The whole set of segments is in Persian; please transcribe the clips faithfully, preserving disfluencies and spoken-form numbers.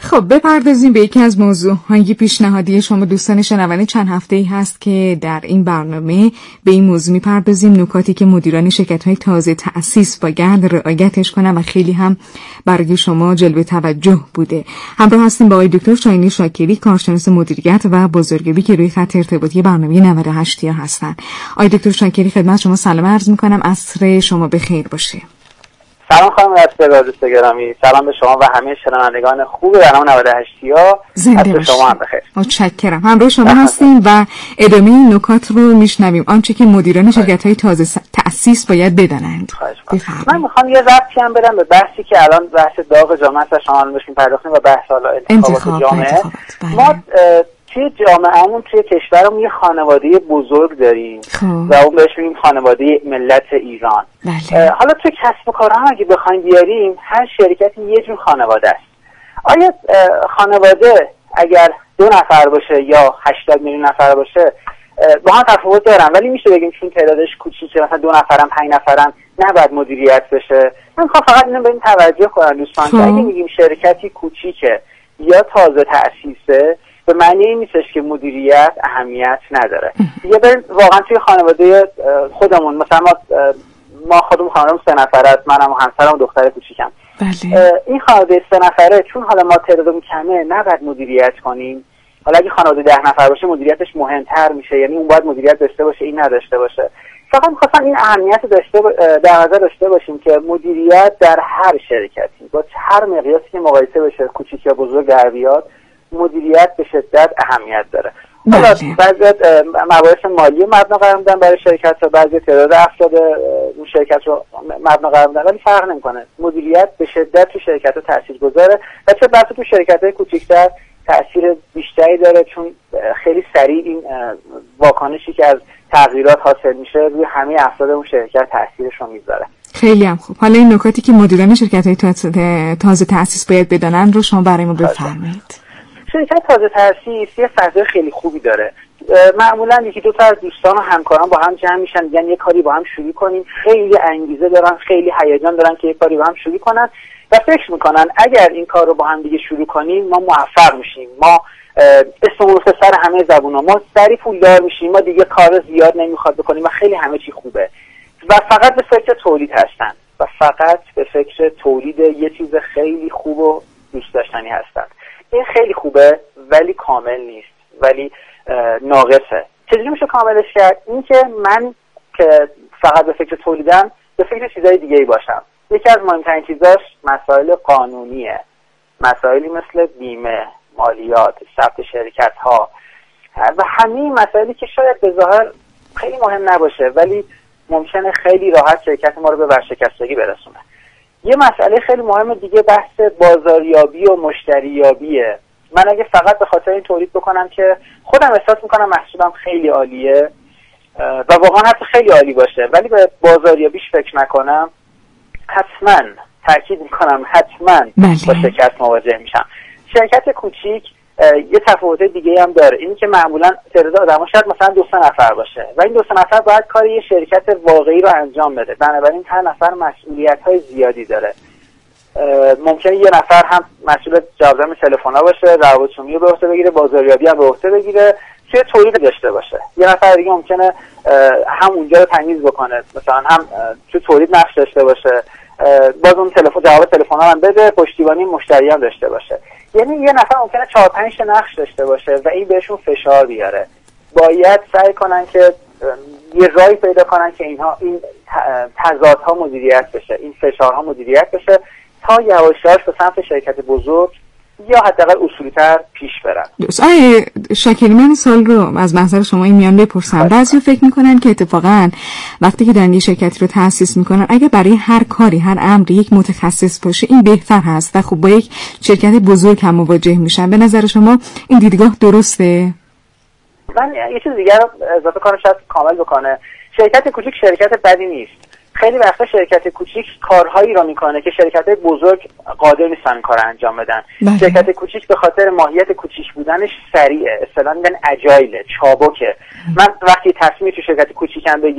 خب بپردازیم به یکی از موضوعهای پیشنهادی شما دوستان شنونده. چند هفته‌ای هست که در این برنامه به این موضوع میپردازیم، نکاتی که مدیران شرکت‌های تازه تأسیس باید رعایتش کنن و خیلی هم برای شما جلب توجه بوده. همراه هستیم با آقای دکتر شاهین شاکری، کارشناس مدیریت و بازاریابی که روی خط ارتباطی برنامه نود و هشت هستن. آقای دکتر شاکری خدمت شما سلام عرض می‌کنم، عصر شما بخیر باشه. سلام خانم رسول دوست گرامی، سلام به شما و همه شنوندگان خوب برنامه نود و هشت ها. زنده باشید. شما هم بخیر. متشکرم. همراه شما هستیم و ادامه این نکات رو میشنویم، آنچه که مدیران شرکت‌های تازه تأسیس باید بدانند. من میخوام یه ربطی هم بدم به بحثی که الان بحث داغ جامعه است و شما الان بهش پرداختیم و بحث حالا انتخابات جامعه. ما توی جامعهمون توی کشورمون یه خانواده بزرگ داریم و اون بهش میگیم خانواده ملت ایران. بله. حالا توی کسب و کار هم اگه بخوایم بیاریم، هر شرکتی یه جور خانواده است. آیا خانواده اگر دو نفر باشه یا هشتاد میلیون نفر باشه با هم تفاوت دارن، ولی میشه بگیم چون تعدادش کوچیکه، مثلا دو نفرم پنج نفرم نباید مدیریت بشه؟ من میخوام فقط اینو به این توجه کنم دوستان که اگه میگیم شرکتی کوچیکه یا تازه تأسیسه، به معنی این نیستش که مدیریت اهمیت نداره. دیگه بریم واقعا توی خانواده خودمون، مثلا ما ما خودمون خانواده‌مون سه نفره است، منم و همسرم و دختر کوچیکم. بله. این خانواده سه نفره چون حالا ما تعدادمون کمه نباید مدیریت کنیم. حالا اگه خانواده ده نفر باشه مدیریتش مهمتر میشه، یعنی اون باید مدیریت داشته باشه، این نداشته باشه. فقط می‌خواستم این اهمیت داشته در نظر داشته باشیم که مدیریت در هر شرکتی با هر مقیاسی که مقایسه بشه، کوچیک یا بزرگ در بیاد، مدیریت به شدت اهمیت داره. حالا بعضی مباحث مالی مبنا قرار میدن برای شرکت و بعضی تعداد افراد اون شرکت رو مبنا قرار میدن، ولی فرق نمیکنه. مدیریت به شدت تو شرکت ها تاثیرگذاره و چه بسا تو شرکت های کوچیک‌تر تاثیر بیشتری داره، چون خیلی سریع این واکنشی که از تغییرات حاصل میشه روی همه افراد اون شرکت تاثیرش رو میذاره. خیلی هم خوب. حالا این نکاتی که مدیران شرکت‌های تازه تأسیس باید بدانن رو شما برای ما بفرمایید. شرکت تازه تأسیس یه فضای خیلی خوبی داره. معمولا یکی دو تا از دوستان و همکاران با هم جمع میشن، میگن یه کاری با هم شروع کنیم. خیلی انگیزه دارن، خیلی هیجان دارن که یه کاری با هم شروع کنن و فکر میکنن اگر این کار رو با هم دیگه شروع کنیم ما موفق میشیم، ما اسم و سر همه زبونا، ما سریع پولدار میشیم، ما دیگه کار زیاد نمیخواد بکنیم و خیلی همه چی خوبه و فقط به فکر تولید هستن و فقط به فکر تولید یه چیز خیلی خوب و دوست داشتنی هستن. این خیلی خوبه ولی کامل نیست، ولی ناقصه. چجوری میشه کاملش کرد؟ این که من که فقط به فکر تولیدم به فکر چیزای دیگه ای باشم. یکی از مهمترین چیزاش مسائل قانونیه، مسائلی مثل بیمه، مالیات، ثبت شرکت ها و همه این مسائلی که شاید به ظاهر خیلی مهم نباشه ولی ممکنه خیلی راحت شرکت ما رو به ورشکستگی برسونه. یه مسئله خیلی مهم دیگه بحث بازاریابی و مشتریابیه. من اگه فقط به خاطر این تولید بکنم که خودم احساس میکنم محصولم خیلی عالیه و واقعا حتی خیلی عالی باشه ولی به بازاریابیش فکر نکنم، حتما تاکید میکنم حتما با شکست مواجه میشم. شرکت کوچیک یه تفاوت دیگه هم داره، اینی که معمولا تعداد آدم‌ها شاید مثلا دو سه نفر باشه و این دو سه نفر باید کار یه شرکت واقعی رو انجام بده، بنابراین هر نفر مسئولیت‌های زیادی داره. ممکنه یه نفر هم مسئول جواب دادن تلفن‌ها باشه، روابط عمومی رو به عهده بگیره، بازاریابی هم به عهده بگیره، توی تولید داشته باشه. یه نفر دیگه ممکنه هم اونجا رو تمیز بکنه، مثلا هم توی تولید نقش داشته باشه، باز اون تلفن جواب تلفن‌ها هم بده، پشتیبانی مشتری هم داشته باشه. یعنی یه نفر ممکنه چهار پنج تا نقش داشته باشه و این بهشون فشار بیاره. باید سعی کنن که یه راهی پیدا کنن که اینها این تضادها مدیریت بشه، این فشارها مدیریت بشه تا یواش یواش به سمت شرکت بزرگ یا حداقل اصولی‌تر پیش برن. درست. آقای شاکری، من سوال رو از منظر شما این میان بپرسم. بعضی فکر میکنن که اتفاقا وقتی که دارن یه شرکتی رو تأسیس میکنن اگه برای هر کاری هر امری یک متخصص باشه این بهتر هست و خب با یک شرکت بزرگ هم مواجه میشن. به نظر شما این دیدگاه درسته؟ من یه چیز دیگه رو اضافه کنم شاید کامل بکنه. شرکت کوچیک شرکت بدی نیست. خیلی وقتا شرکت کوچیک کارهایی را میکنه که شرکت‌های بزرگ قادر نیستن این کار انجام بدن. بله. شرکت کوچیک به خاطر ماهیت کوچیک بودنش سریعه، اصطلاحاً میگن اجایله، چابکه. من وقتی تصمیم تو شرکت کوچیکم بگیرم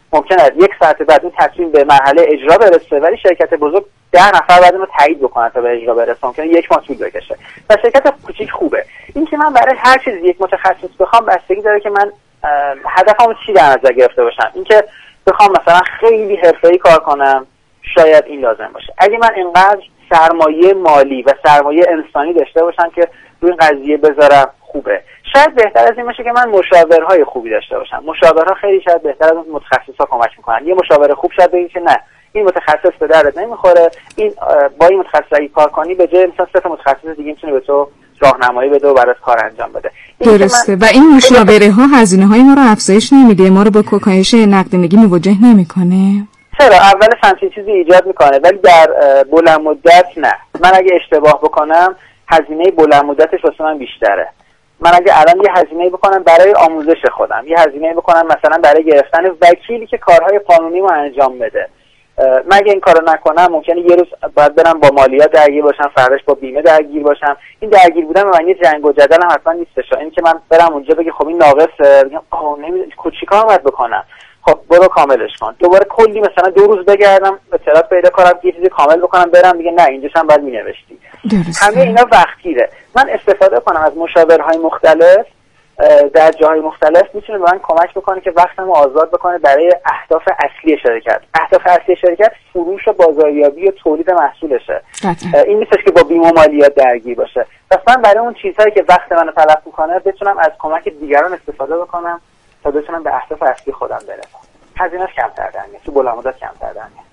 ممکنه یک ساعت بعد این تصمیم به مرحله اجرا برسه، ولی شرکت بزرگ ده نفر بعد اونو تایید بکنن تا به اجرا برسه، ممکنه یک ماه طول بکشه. و شرکت کوچیک خوبه. این که من برای هر چیزی یک متخصص بخوام بستگی داره که من هدفمو چی در نظر گرفته باشم. این که بخوام مثلا خیلی حرفه‌ای کار کنم شاید این لازم باشه. اگه من اینقدر سرمایه مالی و سرمایه انسانی داشته باشم که روی این قضیه بذارم خوبه. شاید بهتر از این باشه که من مشاورهای خوبی داشته باشم. مشاورها خیلی شاید بهتر از اون متخصصا کمک میکنن. یه مشاور خوب شاید بگه که نه این متخصص به دردت نمیخوره، این با این متخصص اگه کار کنی به جای مثلا سه تا متخصص دیگه میتونه به تو راهنمایی بده و برات کار انجام بده. درسته. و این مشاوره ها هزینه های ما رو افزایش نمیده، ما رو با کاهش نقدینگی مواجه نمیکنه؟ چرا اول همچین چیزی ایجاد میکنه، ولی در بلند مدت نه. من اگه اشتباه بکنم هزینه بلند مدتش واسه من بیشتره. من اگه الان یه هزینه بکنم برای آموزش خودم، یه هزینه بکنم مثلا برای گرفتن وکیلی که کارهای قانونی رو انجام بده، من اگه این کارو نکنم ممکنه یه روز باید برم با مالیات درگیر باشم، فرداش با بیمه درگیر باشم. این درگیر بودن معنی جنگ و جدل هم حتما نیستش. این که من برم اونجا بگم خب این ناقصه، میگم آه نمیدونم چیکار باید بکنم، خب برو کاملش کن. دوباره کلی مثلا دو روز بگردم اطلاعات پیدا کنم یه چیزی کامل بکنم برم میگه نه اینجاش هم باید مینوشتی. همه اینا وقت گیره. من استفاده کنم از مشاورهای مختلف در جاهای مختلف میتونه به من کمک بکنه که وقتمو آزاد بکنه برای اهداف اصلی شرکت. اهداف اصلی شرکت فروش و بازاریابی و تولید محصولشه. این نیستش که با بیمه مالیات درگیر باشه. پس من برای اون چیزهایی که وقت منو تلف میکنه بتونم از کمک دیگران استفاده بکنم تا بتونم به اهداف اصلی خودم برسم. هزینه‌اش کمتر در میاد، تو بلند مدت کمتر در میاد.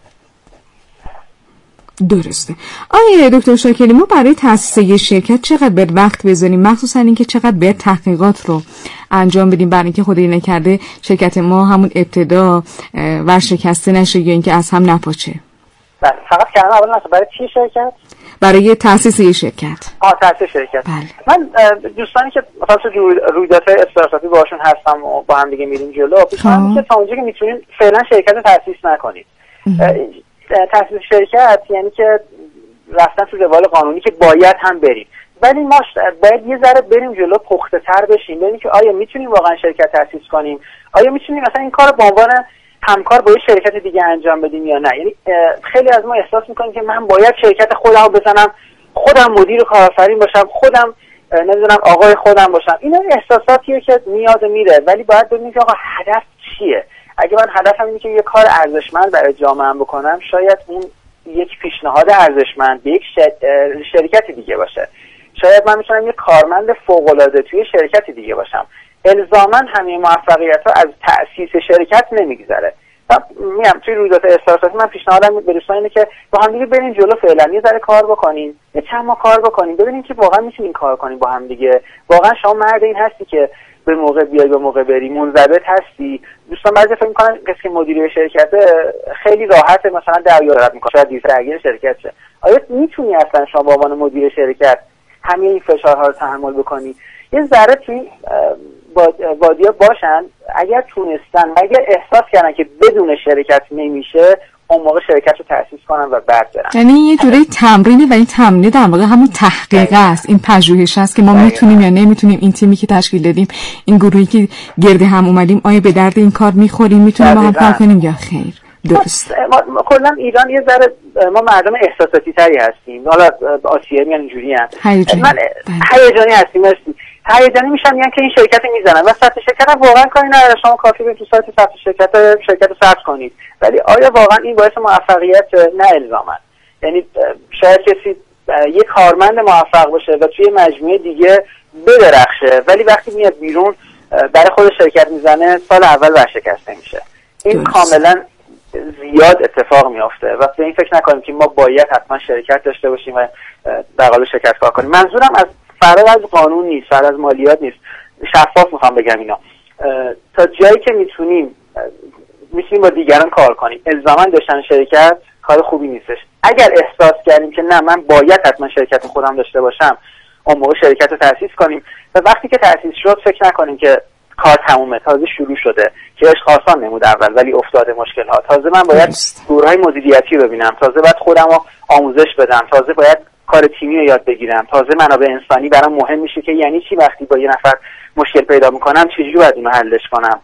درسته. آیا دکتر شاکری ما برای تأسیس یه شرکت چقدر باید وقت بذاریم، مخصوصا اینکه چقدر باید تحقیقات رو انجام بدیم برای اینکه خدای نکرده شرکت ما همون ابتدا ورشکسته نشه یا اینکه از هم نپاچه؟ بله. فقط کلمه اول مثلا برای چی شرکت؟ برای تأسیس یه شرکت. آه تأسیس شرکت. بله. من دوستانی که مثلا رویدادهای استارتاپی باشون هستم و با هم دیگه میریم جلو، پیشنهاد که تا اونجا که میتونین فعلا شرکت رو تأسیس نکنید. تأسیس شرکت یعنی که رفتن تو روال قانونی که باید هم بریم، ولی ما باید یه ذره بریم جلو، پخته تر بشیم، ببینیم که آیا میتونیم واقعا شرکت تأسیس کنیم، آیا میتونیم مثلا این کار رو به عنوان همکار با یه شرکت دیگه انجام بدیم یا نه. یعنی خیلی از ما احساس میکنیم که من باید شرکت خودم رو بزنم، خودم مدیر کارآفرین باشم، خودم نمیدونم آقای خودم باشم. اینا احساساتیه که میاد و میره، ولی باید ببینیم که آقا هدف چیه. اگه من هدفم اینه که یه کار ارزشمند برای جامعه‌ام بکنم، شاید اون یک پیشنهاد ارزشمند به یک شرکتی دیگه باشه. شاید من میتونم یه کارمند فوق‌العاده توی شرکتی دیگه باشم. الزاماً همه موفقیت‌ها از تأسیس شرکت نمیگذره. میگم توی رویداد استارتاپی من پیشنهادم به دوستان اینه که با هم دیگه بریم جلو، فعلا یه ذره کار بکنیم، یه چند ماه کار بکنیم، ببینیم که واقعا میتونیم کار کنیم با هم دیگه. واقعا شما مرد این هستی که به موقع بیای به موقع بری، منضبط هستی. دوستان بعضی فکر می‌کنن کسی که مدیر شرکت خیلی راحت مثلا دریا رد می‌کنه، شاید دیگه شرکت شه. آیا میتونی اصلا شما به عنوان مدیر شرکت همه این فشارها رو تحمل بکنی؟ یه ذره توی وادیا باشن، اگر تونستن، اگر احساس کردن که بدون شرکت نمیشه، اون موقع شرکت رو تأسیس کنن و بعد برن. یعنی یه جوری تمرینه و این تمرین در واقع همون تحقیق است، این پژوهش است که ما میتونیم یا نمیتونیم، این تیمی که تشکیل دادیم، این گروهی که گرد هم اومدیم، آیا به درد این کار میخوریم، میتونیم با هم کار کنیم یا خیر. درست. ما کلا ایران یه ذره ما مردم احساساتی تری هستیم. حالا آسیایی میان اینجوری ان. من هیجانی هستیم، مرسی. هیجانی میشن میگن که این شرکت میزنن و ثبت شرکت هم واقعا کاری نداره، شما کافی به تو سایت ثبت شرکت شرکت رو ثبت کنید، ولی آیا واقعا این باعث موفقیت؟ نه الزاما. یعنی شاید کسی یک کارمند موفق باشه و توی مجموعه دیگه بدرخشه، ولی وقتی میاد بیرون برای خود شرکت میزنه، سال اول ورشکسته میشه. این کاملا زیاد اتفاق میافته و به این فکر نکنیم که ما باید حتما شرکت داشته باشیم و در قالب شرکت کار کنیم. منظورم از فرار از قانون نیست، فرار از مالیات نیست، شفاف میخوام بگم اینا. تا جایی که میتونیم میتونیم با دیگران کار کنیم. الزاما داشتن شرکت کار خوبی نیستش. اگر احساس کردیم که نه من باید حتما شرکت خودم داشته باشم، اون موقع شرکت رو تأسیس کنیم و وقتی که تأسیس شد فکر نکنیم که کار تمومه، تازه شروع شده، که آسان نمود اول ولی افتاده مشکل ها. تازه من باید گروهای مدیریتی ببینم، تازه باید خودم رو آموزش بدم، تازه باید کار تیمی رو یاد بگیرم، تازه منابع انسانی برام مهم میشه که یعنی چی وقتی با یه نفر مشکل پیدا میکنم چجوری باید اینو حلش کنم.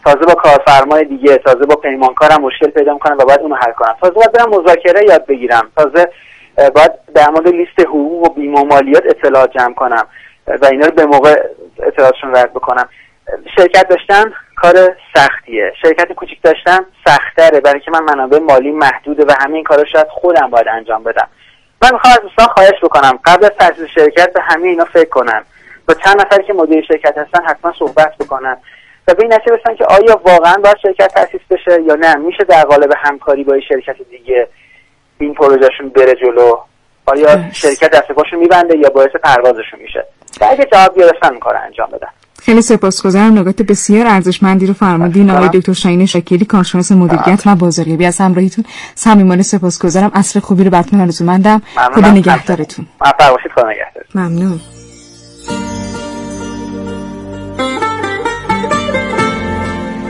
تازه با کارفرمای دیگه، تازه با پیمانکارم مشکل پیدا میکنم و باید اونو حل کنم، تازه باید برم مذاکره یاد بگیرم، تازه باید در مورد لیست حقوق و بیمه و مالیات اطلاعات جمع کنم و اینا رو به موقع اطلاعاتشون رد بکنم. شرکت داشتن کار سختیه، شرکت کوچیک داشتن سخت‌تره، برای که من منابع مالی محدوده و همه این کارا شاید خودم باید انجام بدم. من میخوام از دوستان خواهش بکنم قبل از تأسیس شرکت به همه اینا فکر کنن، با چند نفری که مدیر شرکت هستن حتما صحبت بکنن و به این نتیجه برسن که آیا واقعا باید شرکت تأسیس بشه یا نه میشه در قالب همکاری با شرکت دیگه این پروژهشون بره جلو، آیا شرکت دست پاشو میبنده یا باعث پروازشون میشه. و اگه جواب گرفتن این کارو انجام بدن. خیلی سپاسگزارم، نکات بسیار ارزشمندی رو فرمودین آقای دکتر شاهین شکیری، کارشناس مدیریت و بازاریابی. از همراهیتون صمیمانه سپاسگزارم. عصر خوبی رو براتون آرزومندم. خدا نگهدارتون. موفق باشید. خدا نگهدارتون. ممنون.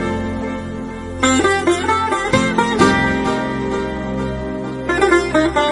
Thank you.